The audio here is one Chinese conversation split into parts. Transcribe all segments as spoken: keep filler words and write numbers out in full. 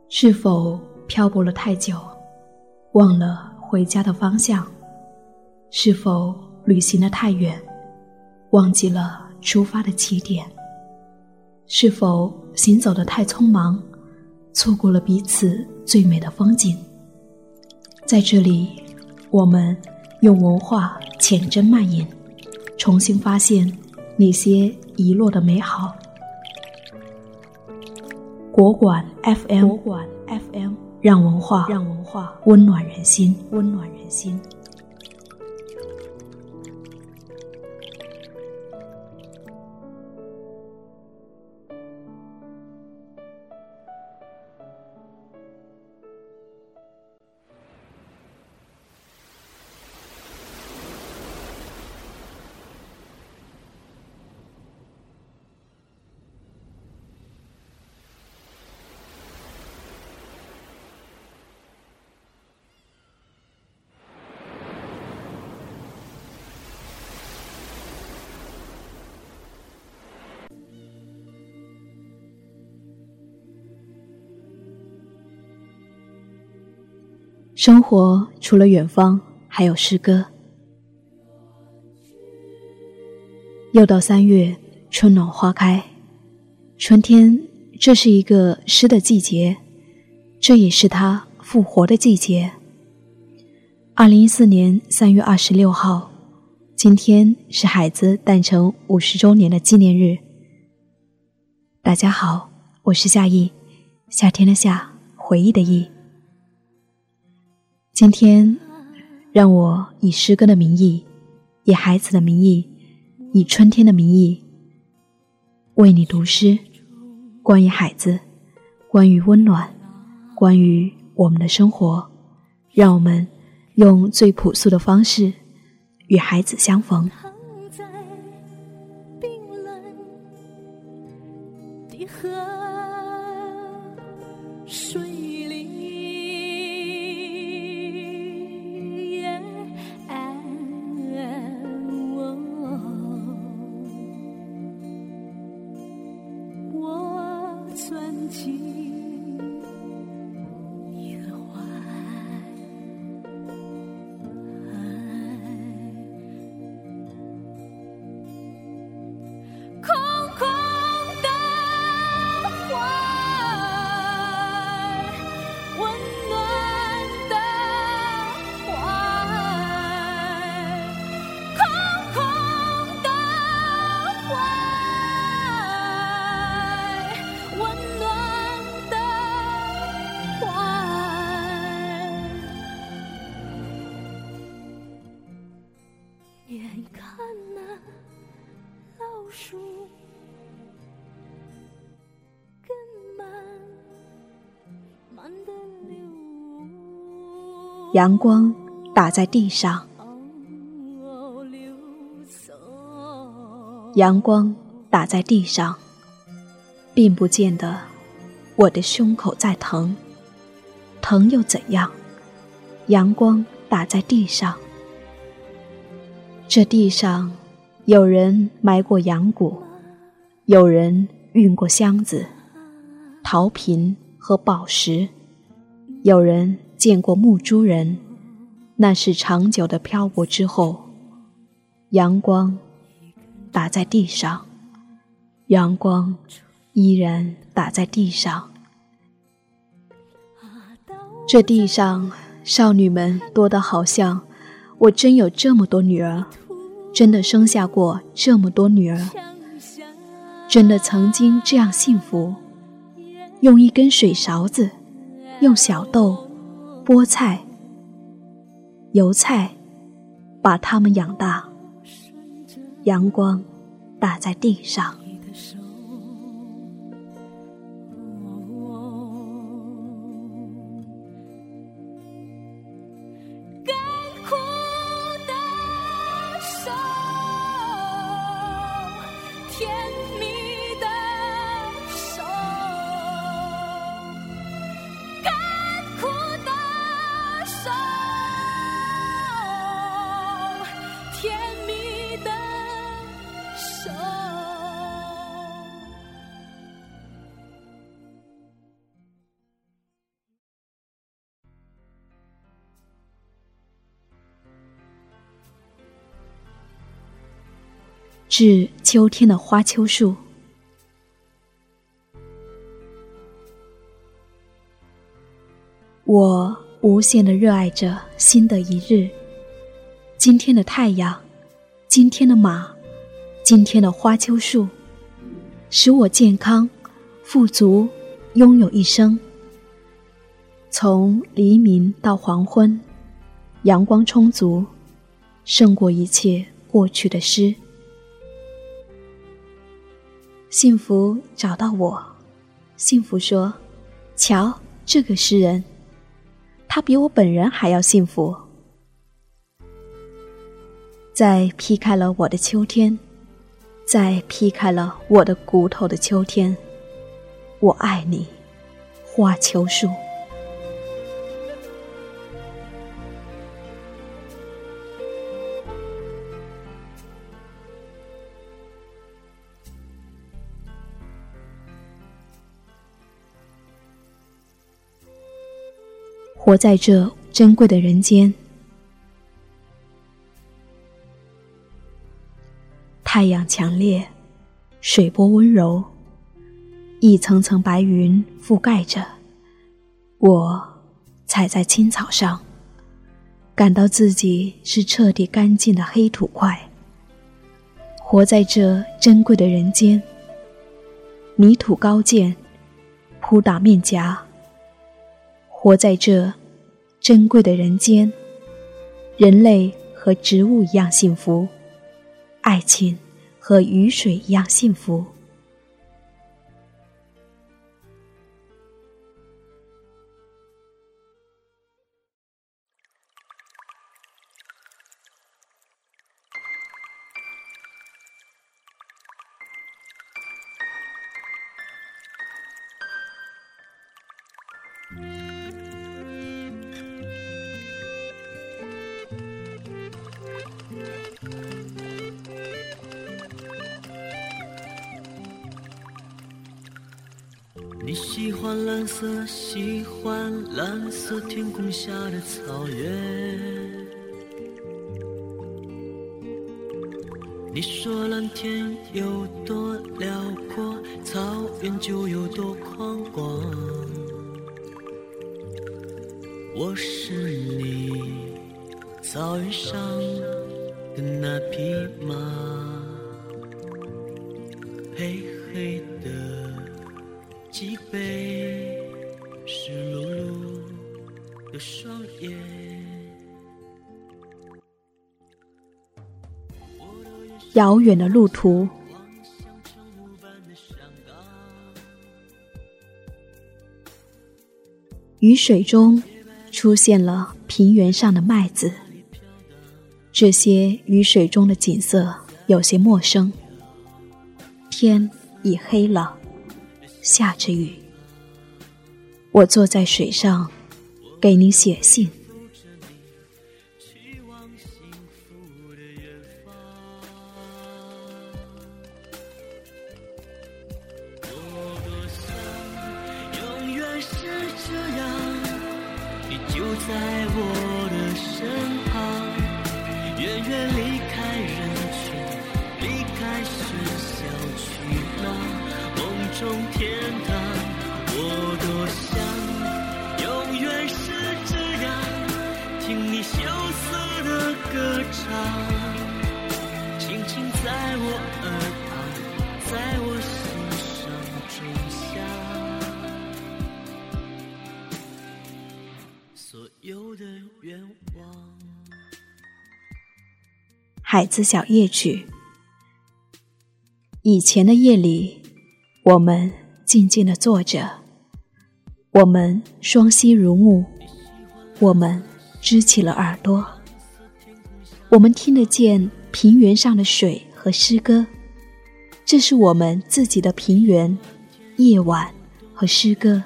是否漂泊了太久，忘了回家的方向？是否旅行得太远，忘记了出发的起点？是否行走得太匆忙，错过了彼此最美的风景？在这里，我们用文化浅斟慢饮，重新发现那些遗落的美好。国馆 F M， 国馆 F M， 让文化让文化温暖人心，温暖人心。生活除了远方，还有诗歌。又到三月，春暖花开。春天，这是一个诗的季节，这也是它复活的季节。二零一四年三月二十六号，今天是海子诞辰五十周年的纪念日。大家好，我是夏意，夏天的夏，回忆的忆。今天，让我以诗歌的名义，以孩子的名义，以春天的名义，为你读诗，关于孩子，关于温暖，关于我们的生活。让我们用最朴素的方式与孩子相逢。阳光打在地上，阳光打在地上，并不见得我的胸口在疼，疼又怎样？阳光打在地上，这地上有人埋过羊骨，有人运过箱子、陶瓶和宝石，有人见过牧猪人，那是长久的漂泊之后。阳光打在地上，阳光依然打在地上。这地上少女们多得好像我真有这么多女儿，真的生下过这么多女儿，真的曾经这样幸福，用一根水勺子，用小豆、菠菜、油菜把它们养大。阳光打在地上， 致秋天的花秋树。我无限地热爱着新的一日，今天的太阳，今天的马，今天的花秋树，使我健康、富足，拥有一生。从黎明到黄昏，阳光充足，胜过一切过去的诗。幸福找到我，幸福说：瞧，这个诗人，他比我本人还要幸福。在劈开了我的秋天，在劈开了我的骨头的秋天，我爱你，花秋树。活在这珍贵的人间，太阳强烈，水波温柔，一层层白云覆盖着我，踩在青草上，感到自己是彻底干净的黑土块。活在这珍贵的人间，泥土高见，扑打面颊。活在这珍贵的人间，人类和植物一样幸福，爱情和雨水一样幸福。 你喜欢蓝色，喜欢蓝色天空下的草原。你说蓝天有多辽阔，草原就有多宽广。我是你草原上的那匹马，黑黑的脊背，湿漉漉的双眼。 遥远的路途，雨水中出现了平原上的麦子。这些雨水中的景色有些陌生。天已黑了，下着雨。我坐在水上，给你写信。 就在我的身旁，远远离开人群，离开喧嚣去那梦中天堂。我多想永远是这样，听你羞涩的歌唱，轻轻在我耳旁，在我心上种下所有的愿望。 海子小夜曲。以前的夜里，我们静静地坐着，我们双膝如木，我们支起了耳朵，我们听得见平原上的水和诗歌，这是我们自己的平原、夜晚和诗歌。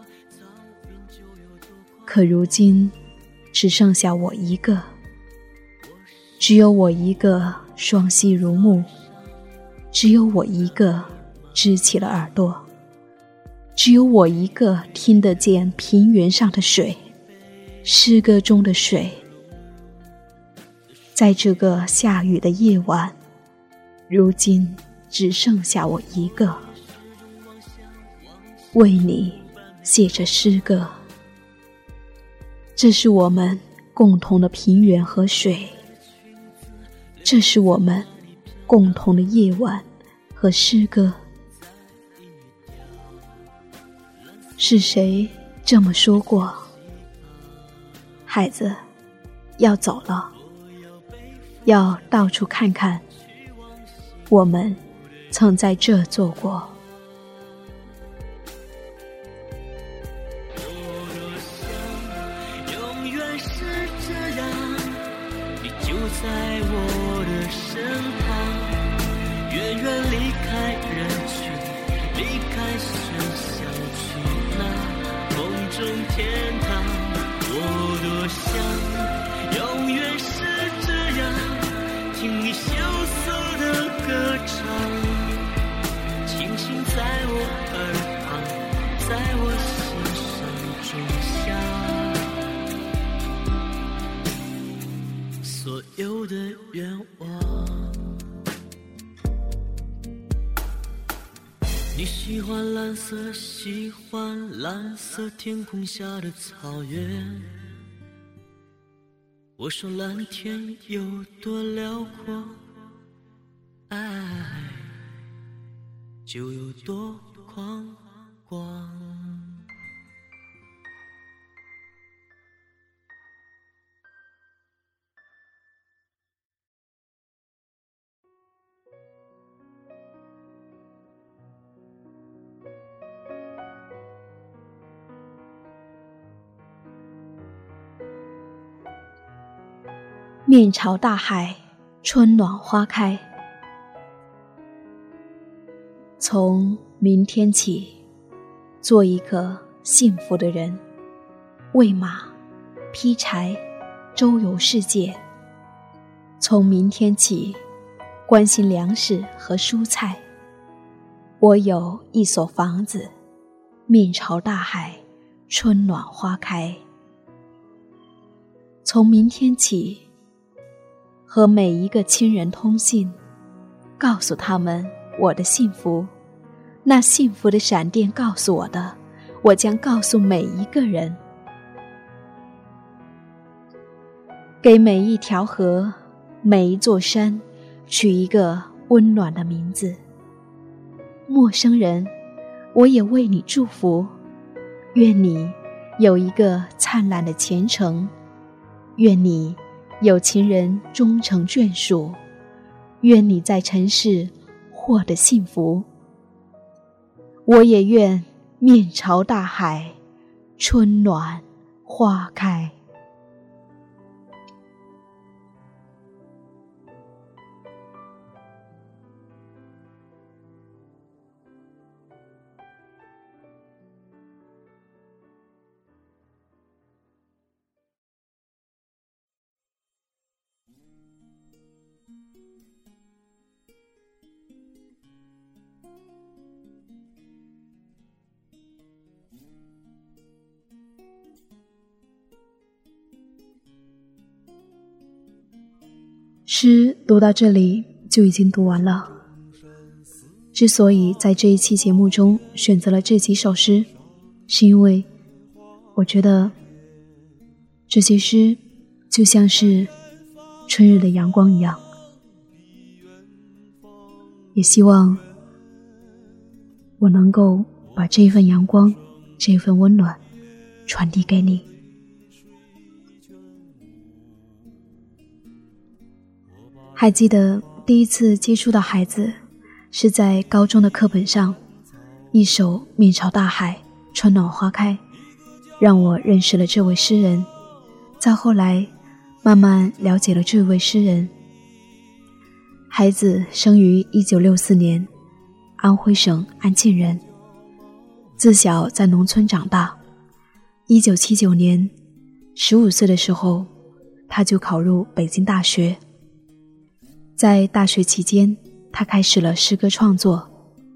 可如今只剩下我一个，只有我一个双膝如木，只有我一个支起了耳朵，只有我一个听得见平原上的水，诗歌中的水。在这个下雨的夜晚， 如今只剩下我一个，为你写着诗歌。这是我们共同的平原和水，这是我们共同的夜晚和诗歌。是谁这么说过？孩子，要走了，要到处看看，我们曾在这做过。 永远是这样，你就在我的身旁，远远离开人群，离开喧嚣，去那梦中天堂。我多想永远是这样，听你羞涩的歌唱，轻轻在我耳旁，在我心上种下所有的愿望。你喜欢蓝色，喜欢蓝色天空下的草原。我说蓝天有多辽阔，爱就有多宽广。 面朝大海，春暖花开。从明天起，做一个幸福的人，喂马，劈柴，周游世界。从明天起，关心粮食和蔬菜。我有一所房子，面朝大海，春暖花开。从明天起，和每一个亲人通信，告诉他们我的幸福。那幸福的闪电告诉我的，我将告诉每一个人。给每一条河，每一座山，取一个温暖的名字。陌生人，我也为你祝福。愿你有一个灿烂的前程，愿你有情人终成眷属，愿你在尘世获得幸福。我也愿面朝大海，春暖花开。诗读到这里就已经读完了。之所以在这一期节目中选择了这几首诗，是因为我觉得这些诗就像是春日的阳光一样，也希望我能够把这份阳光，这份温暖传递给你。还记得第一次接触到孩子是在高中的课本上，一首面朝大海，春暖花开，让我认识了这位诗人。再后来慢慢了解了这位诗人。孩子生于一九六四年，安徽省安庆人，自小在农村长大。一九七九年，十五岁的时候，他就考入北京大学。在大学期间，他开始了诗歌创作。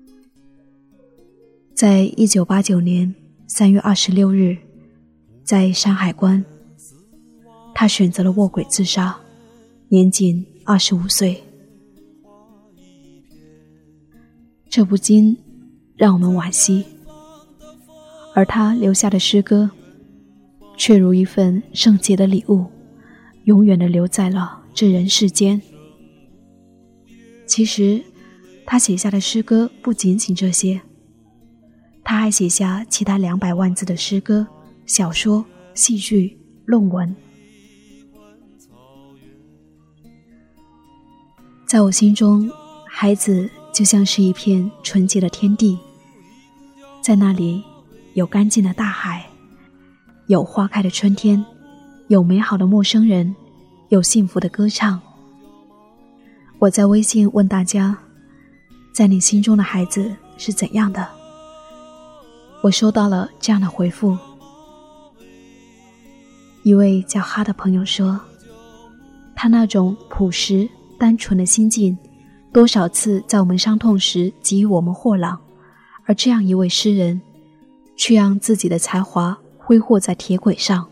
在一九八九年三月二十六日，在山海关，他选择了卧轨自杀，年仅二十五岁。 这不禁让我们惋惜。而他留下的诗歌却如一份圣洁的礼物，永远地留在了这人世间。其实他写下的诗歌不仅仅这些，他还写下其他两百万字的诗歌、小说、戏剧、论文。在我心中，孩子就像是一片纯洁的天地，在那里有干净的大海，有花开的春天，有美好的陌生人，有幸福的歌唱。我在微信问大家，在你心中的孩子是怎样的？我收到了这样的回复。一位叫哈的朋友说，他那种朴实单纯的心境，多少次在我们伤痛时给予我们豁朗，而这样一位诗人，却让自己的才华挥霍在铁轨上。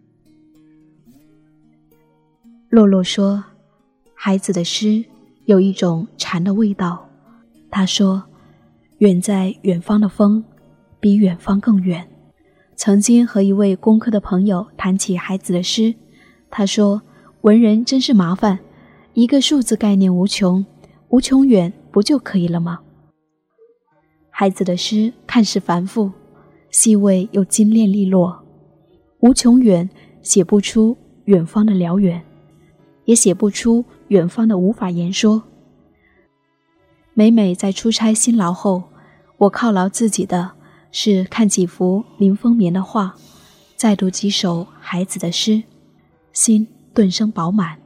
洛洛说，孩子的诗有一种禅的味道。他说，远在远方的风，比远方更远。曾经和一位工科的朋友谈起孩子的诗，他说，文人真是麻烦，一个数字概念无穷，无穷远不就可以了吗？孩子的诗看似繁复，细微又精炼利落，无穷远写不出远方的辽远，也写不出远方的无法言说。每每在出差辛劳后，我犒劳自己的是看几幅林风眠的画，再读几首孩子的诗，心顿生饱满。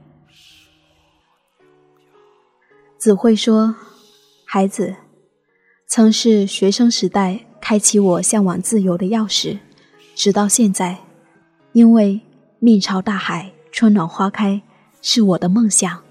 子慧说，孩子曾是学生时代开启我向往自由的钥匙，直到现在，因为面朝大海，春暖花开是我的梦想。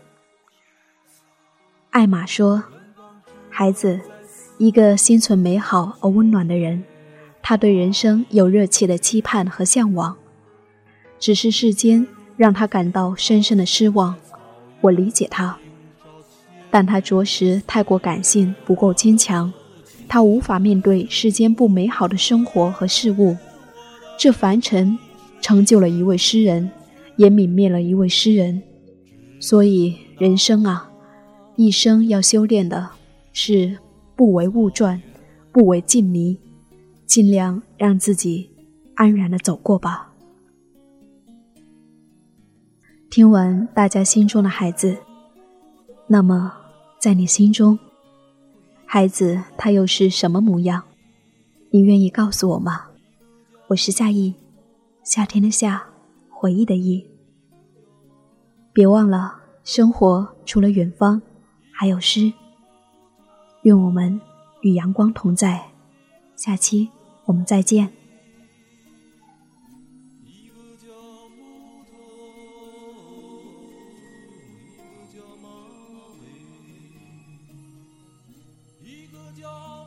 艾玛说，孩子，一个心存美好而温暖的人，他对人生有热切的期盼和向往，只是世间让他感到深深的失望。我理解他，但他着实太过感性，不够坚强，他无法面对世间不美好的生活和事物。这凡尘成就了一位诗人，也泯灭了一位诗人。所以人生啊，一生要修炼的是不为物转，不为境迷，尽量让自己安然地走过吧。听完大家心中的孩子，那么在你心中，孩子他又是什么模样？你愿意告诉我吗？我是夏意，夏天的夏，回忆的忆。别忘了，生活除了远方，还有诗。愿我们与阳光同在，下期我们再见。一个叫